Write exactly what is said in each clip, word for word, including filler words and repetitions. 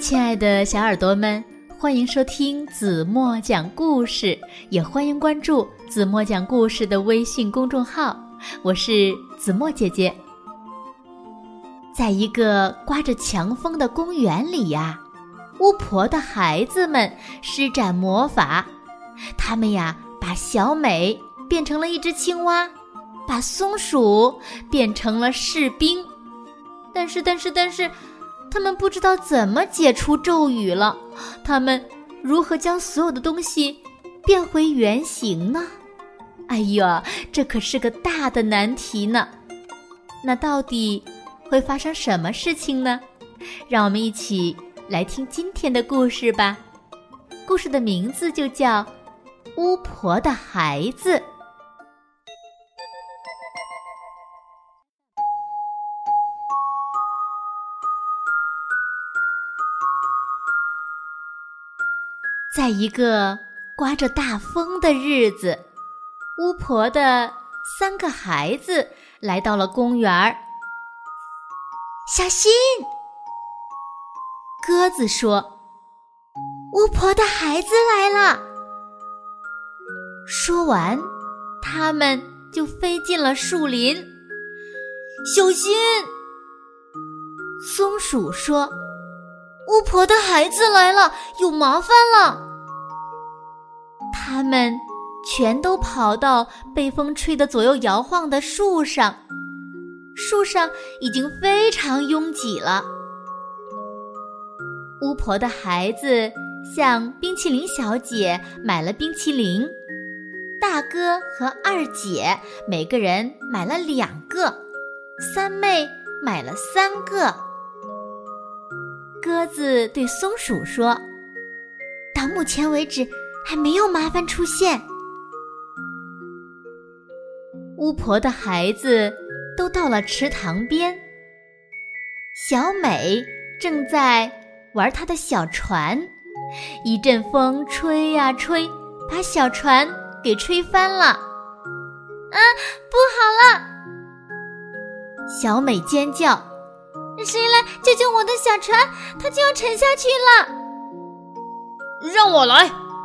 亲爱的小耳朵们，欢迎收听子墨讲故事，也欢迎关注子墨讲故事的微信公众号。我是子墨姐姐。在一个刮着强风的公园里呀，巫婆的孩子们施展魔法，他们呀把小美变成了一只青蛙，把松鼠变成了士兵。但是但是但是他们不知道怎么解除咒语了，他们如何将所有的东西变回原形呢？哎呀，这可是个大的难题呢。那到底会发生什么事情呢？让我们一起来听今天的故事吧。故事的名字就叫《巫婆的孩子》。在一个刮着大风的日子，巫婆的三个孩子来到了公园儿。小心！鸽子说，巫婆的孩子来了。说完，他们就飞进了树林。小心！松鼠说，巫婆的孩子来了，有麻烦了。他们全都跑到被风吹得左右摇晃的树上，树上已经非常拥挤了。巫婆的孩子向冰淇淋小姐买了冰淇淋，大哥和二姐每个人买了两个，三妹买了三个。鸽子对松鼠说，到目前为止还没有麻烦出现。巫婆的孩子都到了池塘边，小美正在玩她的小船，一阵风吹呀吹，把小船给吹翻了。啊，不好了！小美尖叫，谁来救救我的小船，它就要沉下去了。 让我来！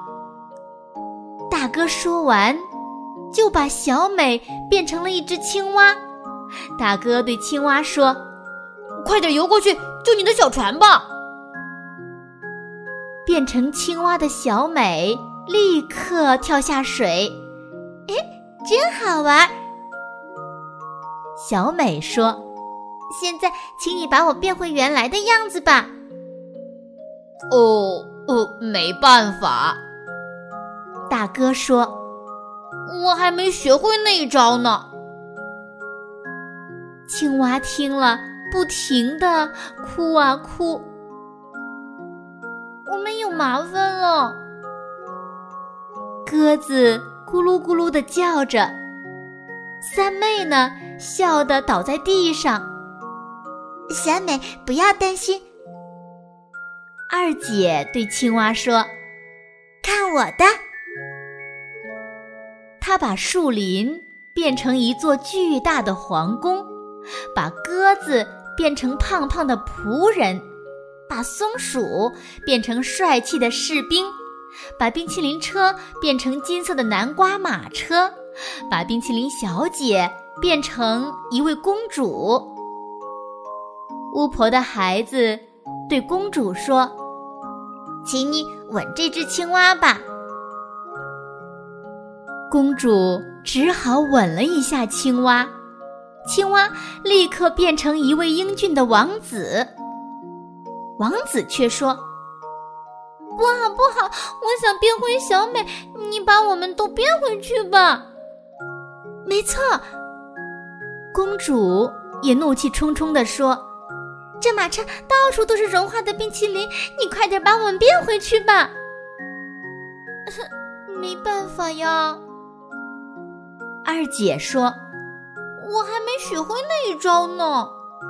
大哥说完，就把小美变成了一只青蛙。大哥对青蛙说， 快点游过去救你的小船吧。 变成青蛙的小美立刻跳下水。诶，真好玩。小美说，现在请你把我变回原来的样子吧。 哦哦，没办法。 大哥说， 我还没学会那一招呢。 青蛙听了不停地哭啊哭。我们有麻烦了。鸽子咕噜咕噜地叫着，三妹呢笑得倒在地上。小美不要担心。二姐对青蛙说，看我的。她把树林变成一座巨大的皇宫，把鸽子变成胖胖的仆人，把松鼠变成帅气的士兵，把冰淇淋车变成金色的南瓜马车，把冰淇淋小姐变成一位公主。巫婆的孩子对公主说，请你吻这只青蛙吧。公主只好吻了一下青蛙，青蛙立刻变成一位英俊的王子。王子却说，不好不好，我想变回小美，你把我们都变回去吧。没错，公主也怒气冲冲地说，这马车到处都是融化的冰淇淋，你快点把我们变回去吧。没办法呀。二姐说，我还没学会那一招呢。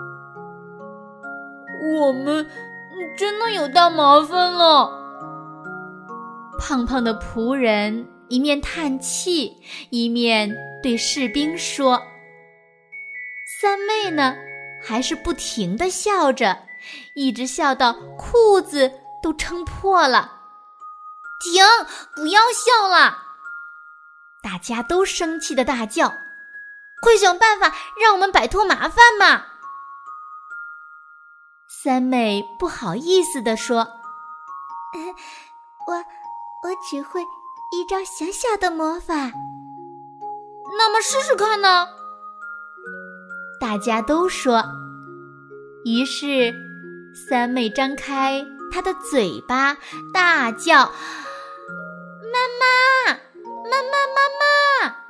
我们真的有大麻烦了。 胖胖的仆人一面叹气，一面对士兵说。三妹呢，还是不停地笑着。 一直笑到裤子都撑破了。 停，不要笑了！ 大家都生气地大叫， 快想办法让我们摆脱麻烦嘛！ 三妹不好意思地说， 我我只会一招小小的魔法。 那么试试看呢？ 大家都说。于是三妹张开她的嘴巴大叫， 妈妈，妈妈，妈妈！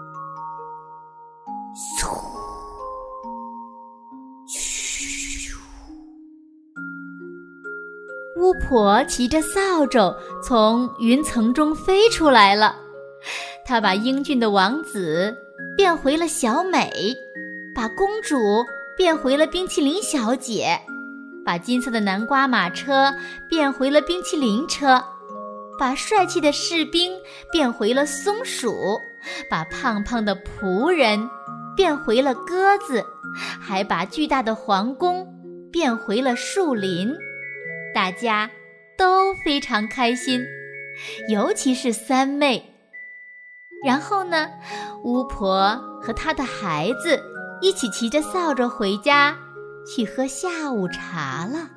巫婆骑着扫帚从云层中飞出来了，她把英俊的王子变回了小美，把公主变回了冰淇淋小姐，把金色的南瓜马车变回了冰淇淋车，把帅气的士兵变回了松鼠，把胖胖的仆人变回了鸽子，还把巨大的皇宫变回了树林。大家都非常开心，尤其是三妹。然后呢，巫婆和她的孩子一起骑着扫帚回家去喝下午茶了。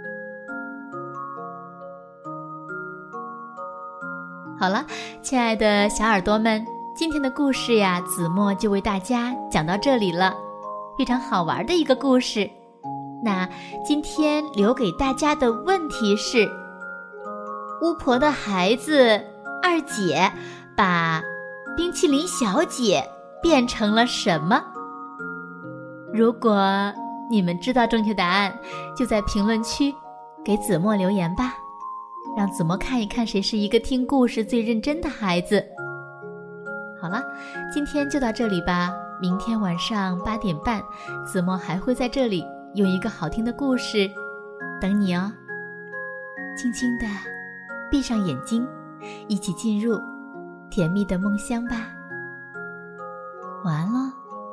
好了，亲爱的小耳朵们，今天的故事呀，子墨就为大家讲到这里了，非常好玩的一个故事。那今天留给大家的问题是，巫婆的孩子二姐把冰淇淋小姐变成了什么？如果你们知道正确答案，就在评论区给子墨留言吧，让子墨看一看谁是一个听故事最认真的孩子。好了，今天就到这里吧，明天晚上八点半，子墨还会在这里用一个好听的故事等你哦。轻轻地闭上眼睛，一起进入甜蜜的梦乡吧。晚安咯。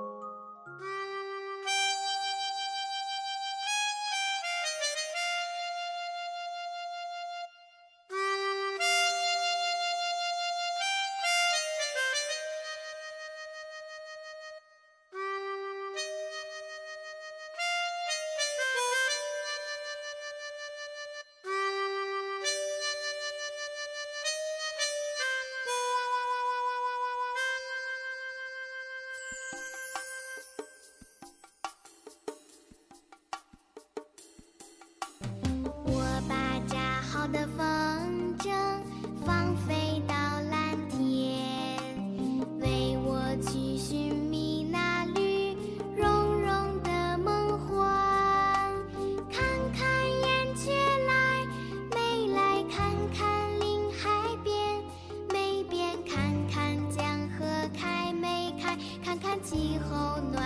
的风筝放飞到蓝天，为我去寻觅那绿茸茸的梦幻。看看燕雀来，没来看看林海边，没边看看江河开没开，看看气候暖。